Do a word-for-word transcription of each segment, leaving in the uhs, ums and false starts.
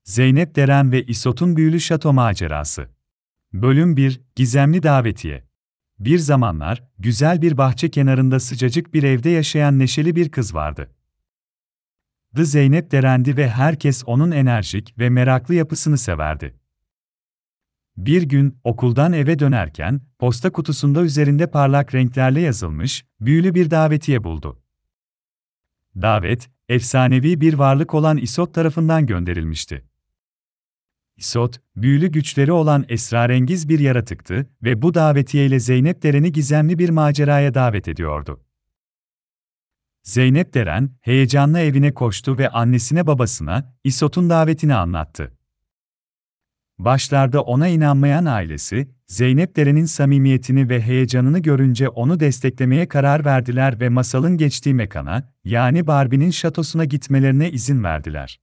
Zeynep Deren ve İsot'un büyülü şato macerası. Bölüm bir. Gizemli davetiye. Bir zamanlar, güzel bir bahçe kenarında sıcacık bir evde yaşayan neşeli bir kız vardı. Adı Zeynep Deren'di ve herkes onun enerjik ve meraklı yapısını severdi. Bir gün, okuldan eve dönerken, posta kutusunda üzerinde parlak renklerle yazılmış, büyülü bir davetiye buldu. Davet, efsanevi bir varlık olan İsot tarafından gönderilmişti. İsot, büyülü güçleri olan esrarengiz bir yaratıktı ve bu davetiyeyle Zeynep Deren'i gizemli bir maceraya davet ediyordu. Zeynep Deren, heyecanla evine koştu ve annesine babasına, İsot'un davetini anlattı. Başlarda ona inanmayan ailesi, Zeynep Deren'in samimiyetini ve heyecanını görünce onu desteklemeye karar verdiler ve masalın geçtiği mekana, yani Barbie'nin şatosuna gitmelerine izin verdiler.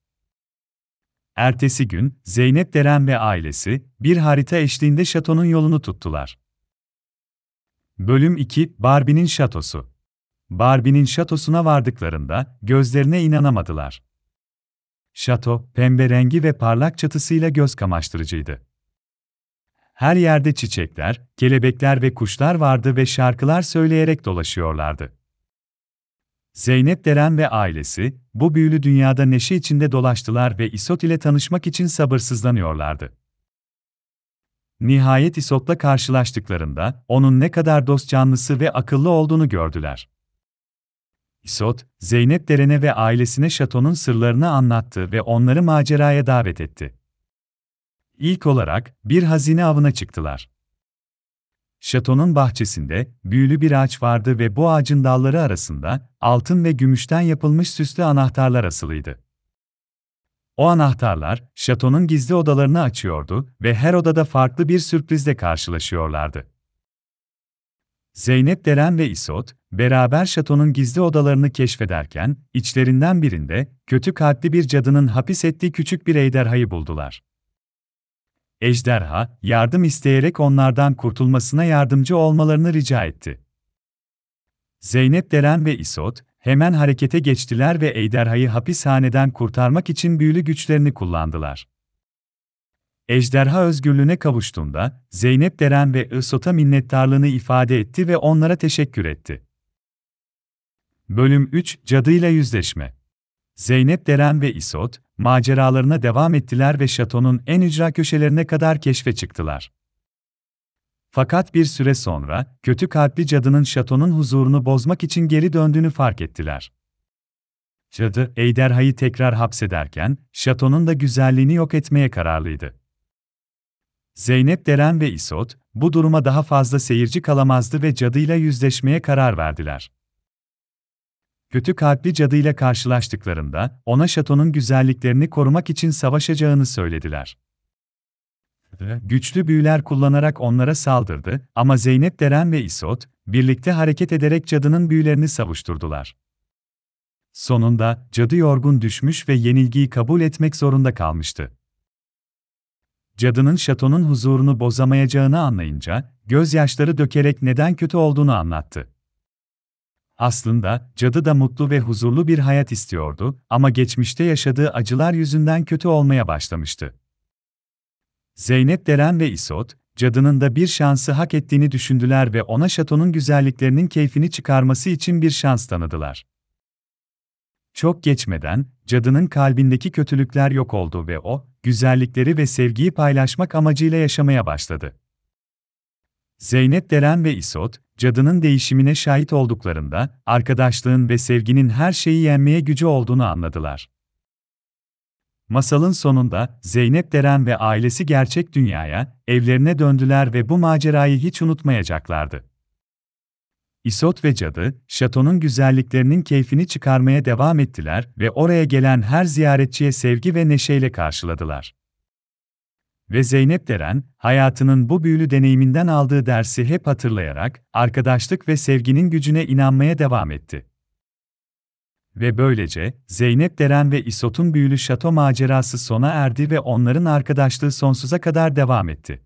Ertesi gün, Zeynep Deren ve ailesi, bir harita eşliğinde şatonun yolunu tuttular. Bölüm iki. Barbie'nin şatosu. Barbie'nin şatosuna vardıklarında, gözlerine inanamadılar. Şato, pembe rengi ve parlak çatısıyla göz kamaştırıcıydı. Her yerde çiçekler, kelebekler ve kuşlar vardı ve şarkılar söyleyerek dolaşıyorlardı. Zeynep Deren ve ailesi, bu büyülü dünyada neşe içinde dolaştılar ve İsot ile tanışmak için sabırsızlanıyorlardı. Nihayet İsot'la karşılaştıklarında, onun ne kadar dost canlısı ve akıllı olduğunu gördüler. İsot, Zeynep Deren'e ve ailesine şatonun sırlarını anlattı ve onları maceraya davet etti. İlk olarak, bir hazine avına çıktılar. Şatonun bahçesinde, büyülü bir ağaç vardı ve bu ağacın dalları arasında, altın ve gümüşten yapılmış süslü anahtarlar asılıydı. O anahtarlar, şatonun gizli odalarını açıyordu ve her odada farklı bir sürprizle karşılaşıyorlardı. Zeynep Deren ve İsot, beraber şatonun gizli odalarını keşfederken, içlerinden birinde, kötü kalpli bir cadının hapis ettiği küçük bir ejderhayı buldular. Ejderha, yardım isteyerek onlardan kurtulmasına yardımcı olmalarını rica etti. Zeynep Deren ve İsot, hemen harekete geçtiler ve ejderhayı hapishaneden kurtarmak için büyülü güçlerini kullandılar. Ejderha özgürlüğüne kavuştuğunda, Zeynep Deren ve İsot'a minnettarlığını ifade etti ve onlara teşekkür etti. Bölüm üç. Cadıyla yüzleşme. Zeynep Deren ve İsot, maceralarına devam ettiler ve şatonun en ücra köşelerine kadar keşfe çıktılar. Fakat bir süre sonra, kötü kalpli cadının şatonun huzurunu bozmak için geri döndüğünü fark ettiler. Cadı, ejderhayı tekrar hapsederken, şatonun da güzelliğini yok etmeye kararlıydı. Zeynep Deren ve İsot, bu duruma daha fazla seyirci kalamazdı ve cadıyla yüzleşmeye karar verdiler. Kötü kalpli cadıyla karşılaştıklarında, ona şatonun güzelliklerini korumak için savaşacağını söylediler. Güçlü büyüler kullanarak onlara saldırdı ama Zeynep Deren ve İsot, birlikte hareket ederek cadının büyülerini savuşturdular. Sonunda, cadı yorgun düşmüş ve yenilgiyi kabul etmek zorunda kalmıştı. Cadının şatonun huzurunu bozamayacağını anlayınca, gözyaşları dökerek neden kötü olduğunu anlattı. Aslında, cadı da mutlu ve huzurlu bir hayat istiyordu ama geçmişte yaşadığı acılar yüzünden kötü olmaya başlamıştı. Zeynep Deren ve İsot, cadının da bir şansı hak ettiğini düşündüler ve ona şatonun güzelliklerinin keyfini çıkarması için bir şans tanıdılar. Çok geçmeden, cadının kalbindeki kötülükler yok oldu ve o, güzellikleri ve sevgiyi paylaşmak amacıyla yaşamaya başladı. Zeynep Deren ve İsot, cadının değişimine şahit olduklarında, arkadaşlığın ve sevginin her şeyi yenmeye gücü olduğunu anladılar. Masalın sonunda, Zeynep Deren ve ailesi gerçek dünyaya, evlerine döndüler ve bu macerayı hiç unutmayacaklardı. İsot ve cadı, şatonun güzelliklerinin keyfini çıkarmaya devam ettiler ve oraya gelen her ziyaretçiye sevgi ve neşeyle karşıladılar. Ve Zeynep Deren, hayatının bu büyülü deneyiminden aldığı dersi hep hatırlayarak, arkadaşlık ve sevginin gücüne inanmaya devam etti. Ve böylece, Zeynep Deren ve İsot'un büyülü şato macerası sona erdi ve onların arkadaşlığı sonsuza kadar devam etti.